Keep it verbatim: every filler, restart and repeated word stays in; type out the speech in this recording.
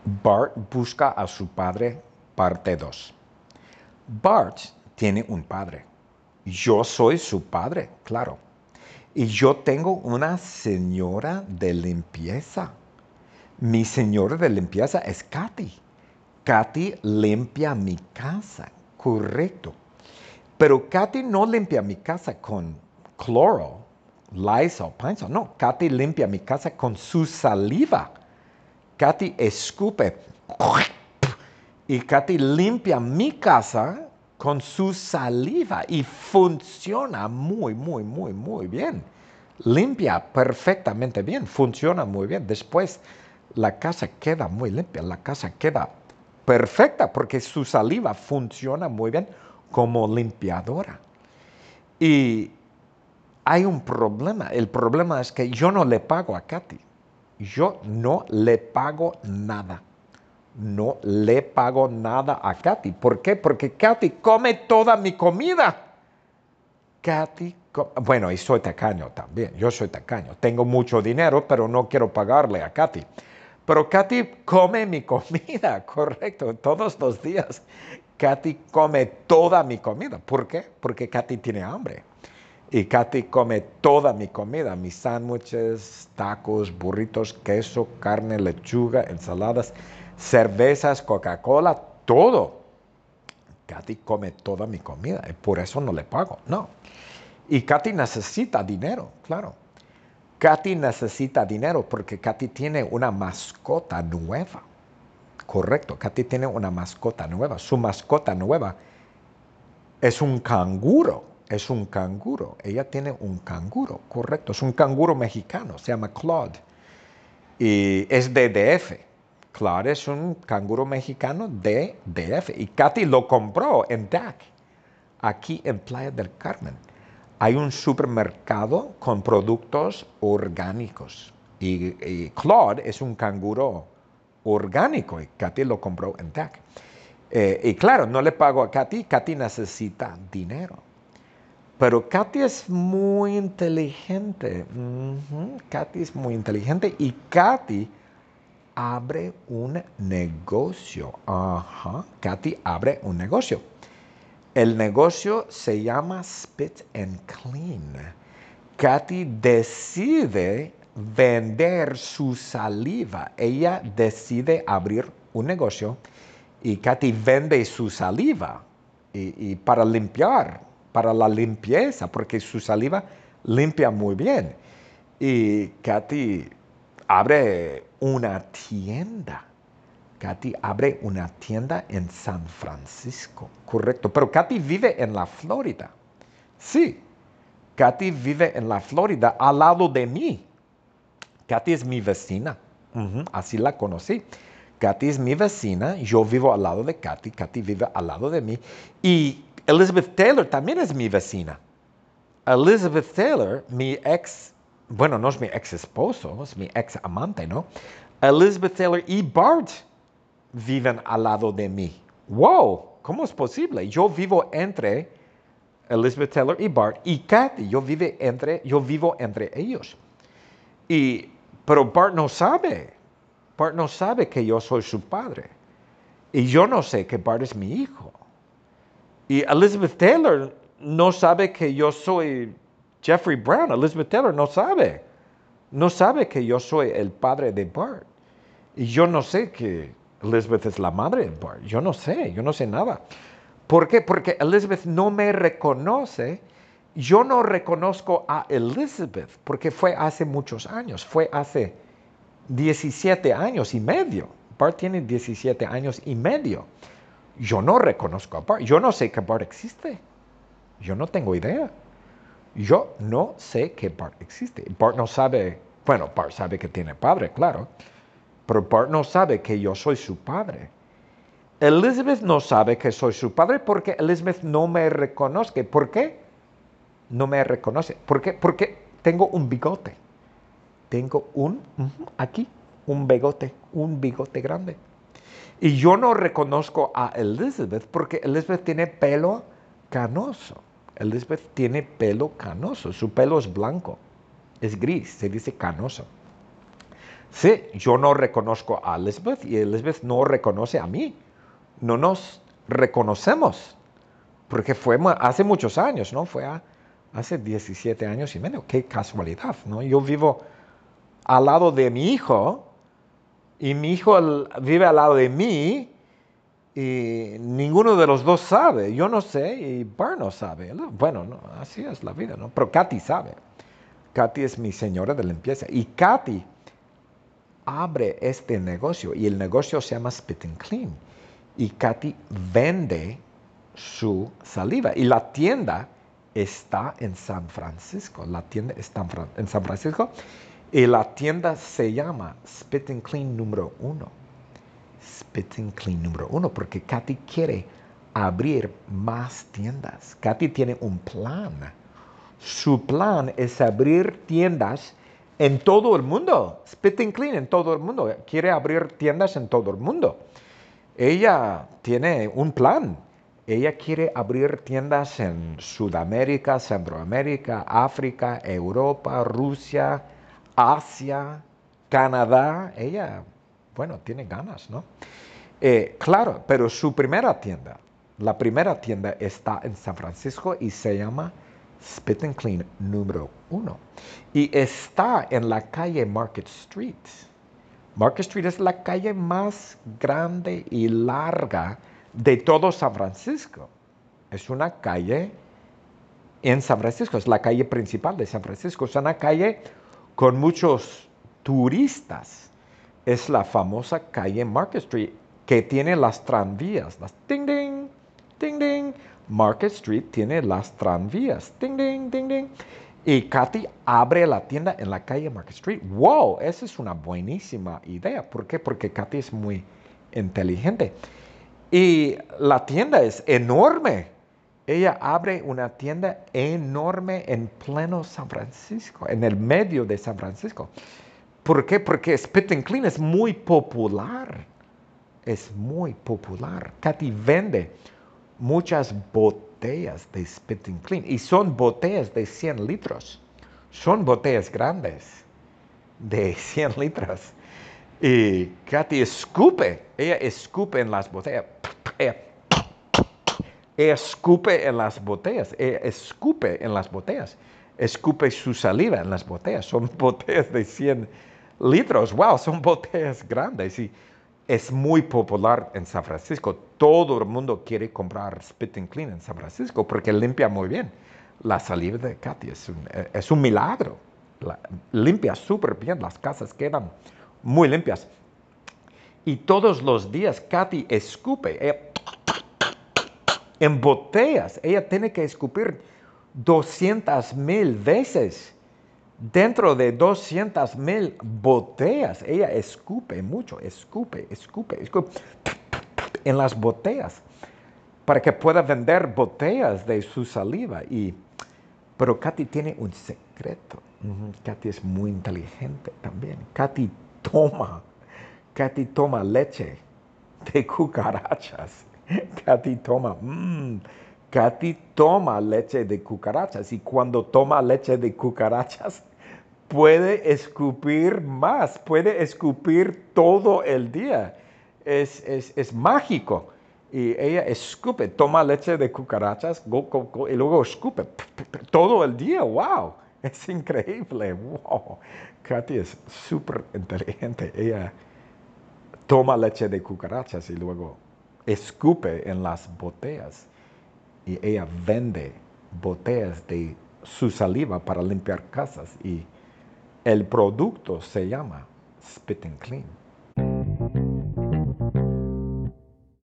Bart busca a su padre, parte dos. Bart tiene un padre. Yo soy su padre, claro. Y yo tengo una señora de limpieza. Mi señora de limpieza es Katy. Katy limpia mi casa, correcto. Pero Katy no limpia mi casa con cloro, Lysol, Pine-Sol. No, Katy limpia mi casa con su saliva. Katy escupe y Katy limpia mi casa con su saliva y funciona muy, muy, muy, muy bien. Limpia perfectamente bien, funciona muy bien. Después la casa queda muy limpia, la casa queda perfecta porque su saliva funciona muy bien como limpiadora. Y hay un problema. El problema es que yo no le pago a Katy. Yo no le pago nada. No le pago nada a Katy. ¿Por qué? Porque Katy come toda mi comida. Katy, bueno, y soy tacaño también. Yo soy tacaño. Tengo mucho dinero, pero no quiero pagarle a Katy. Pero Katy come mi comida, correcto, todos los días. Katy come toda mi comida. ¿Por qué? Porque Katy tiene hambre. Y Katy come toda mi comida, mis sándwiches, tacos, burritos, queso, carne, lechuga, ensaladas, cervezas, Coca-Cola, todo. Katy come toda mi comida y por eso no le pago, no. Y Katy necesita dinero, claro. Katy necesita dinero porque Katy tiene una mascota nueva. Correcto, Katy tiene una mascota nueva. Su mascota nueva es un canguro. Es un canguro. Ella tiene un canguro, correcto. Es un canguro mexicano, se llama Claude. Y es de D F. Claude es un canguro mexicano de D F. Y Katy lo compró en D A C, aquí en Playa del Carmen. Hay un supermercado con productos orgánicos. Y, y Claude es un canguro orgánico y Katy lo compró en D A C. Eh, y claro, no le pago a Katy, Katy necesita dinero. Pero Katy es muy inteligente. Uh-huh. Katy es muy inteligente y Katy abre un negocio. Ajá. Katy abre un negocio. El negocio se llama Spit and Clean. Katy decide vender su saliva. Ella decide abrir un negocio y Katy vende su saliva y, y para limpiar, para la limpieza, porque su saliva limpia muy bien. Y Katy abre una tienda. Katy abre una tienda en San Francisco, correcto. Pero Katy vive en la Florida. Sí, Katy vive en la Florida al lado de mí. Katy es mi vecina. Uh-huh, así la conocí. Katy es mi vecina, yo vivo al lado de Katy, Katy vive al lado de mí. Y Elizabeth Taylor también es mi vecina. Elizabeth Taylor, mi ex, bueno, no es mi ex esposo, es mi ex amante, ¿no? Elizabeth Taylor y Bart viven al lado de mí. ¡Wow! ¿Cómo es posible? Yo vivo entre Elizabeth Taylor y Bart y Katy. Yo, vive entre, yo vivo entre ellos. Y, pero Bart no sabe. Bart no sabe que yo soy su padre. Y yo no sé que Bart es mi hijo. Y Elizabeth Taylor no sabe que yo soy Jeffrey Brown. Elizabeth Taylor no sabe. No sabe que yo soy el padre de Bart. Y yo no sé que Elizabeth es la madre de Bart. Yo no sé, yo no sé nada. ¿Por qué? Porque Elizabeth no me reconoce. Yo no reconozco a Elizabeth porque fue hace muchos años. Fue hace diecisiete años y medio. Bart tiene diecisiete años y medio. Yo no reconozco a Bart. Yo no sé que Bart existe. Yo no tengo idea. Yo no sé que Bart existe. Bart no sabe, bueno, Bart sabe que tiene padre, claro, pero Bart no sabe que yo soy su padre. Elizabeth no sabe que soy su padre porque Elizabeth no me reconoce. ¿Por qué? No me reconoce. ¿Por qué? Porque tengo un bigote. Tengo un, uh, aquí, un bigote, un bigote grande. Y yo no reconozco a Elizabeth porque Elizabeth tiene pelo canoso. Elizabeth tiene pelo canoso. Su pelo es blanco. Es gris, se dice canoso. Sí, yo no reconozco a Elizabeth y Elizabeth no reconoce a mí. No nos reconocemos, porque fue hace muchos años, ¿no? Fue a- hace diecisiete años y medio. Qué casualidad, ¿no? Yo vivo al lado de mi hijo y mi hijo al- vive al lado de mí y ninguno de los dos sabe. Yo no sé y Bart no sabe. Bueno, no, así es la vida, ¿no? Pero Katy sabe. Katy es mi señora de limpieza y Katy abre este negocio y el negocio se llama Spit and Clean. Y Katy vende su saliva y la tienda está en San Francisco. La tienda está en San Francisco y la tienda se llama Spit and Clean número uno. Spit and Clean número uno porque Katy quiere abrir más tiendas. Katy tiene un plan. Su plan es abrir tiendas en todo el mundo. Spit and Clean en todo el mundo. Quiere abrir tiendas en todo el mundo. Ella tiene un plan. Ella quiere abrir tiendas en Sudamérica, Centroamérica, África, Europa, Rusia, Asia, Canadá. Ella, bueno, tiene ganas, ¿no? Eh, claro, pero su primera tienda, la primera tienda está en San Francisco y se llama Spit and Clean número uno. Y está en la calle Market Street. Market Street es la calle más grande y larga de todo San Francisco. Es una calle en San Francisco, es la calle principal de San Francisco. Es una calle con muchos turistas. Es la famosa calle Market Street que tiene las tranvías, las ding ding, ding ding. Market Street tiene las tranvías, ding ding, ding ding. Y Katy abre la tienda en la calle Market Street. ¡Wow! Esa es una buenísima idea. ¿Por qué? Porque Katy es muy inteligente. Y la tienda es enorme. Ella abre una tienda enorme en pleno San Francisco, en el medio de San Francisco. ¿Por qué? Porque Spit and Clean es muy popular. Es muy popular. Katy vende muchas botellas de Spit and Clean y son botellas de cien litros. Son botellas grandes de cien litros. Y Katy escupe, ella escupe en las botellas. Ella, ella escupe en las botellas, ella escupe en las botellas. Escupe su saliva en las botellas. Son botellas de cien litros. Wow, son botellas grandes. Y es muy popular en San Francisco. Todo el mundo quiere comprar Spit and Clean en San Francisco porque limpia muy bien. La saliva de Katy es un, es un milagro. La, limpia súper bien, las casas quedan muy limpias. Y todos los días Katy escupe ella, en botellas. Ella tiene que escupir doscientas mil veces. Dentro de doscientas mil botellas, ella escupe mucho, escupe, escupe, escupe en las botellas para que pueda vender botellas de su saliva. Y, pero Katy tiene un secreto. Uh-huh. Katy es muy inteligente también. Katy toma, Katy toma leche de cucarachas. Katy toma, mmm, Katy toma leche de cucarachas y cuando toma leche de cucarachas puede escupir más, puede escupir todo el día. Es, es, es mágico. Y ella escupe, toma leche de cucarachas go, go, go, y luego escupe todo el día. ¡Wow! Es increíble. ¡Wow! Katy es súper inteligente. Ella toma leche de cucarachas y luego escupe en las botellas. Y ella vende botellas de su saliva para limpiar casas. Y el producto se llama Spit and Clean.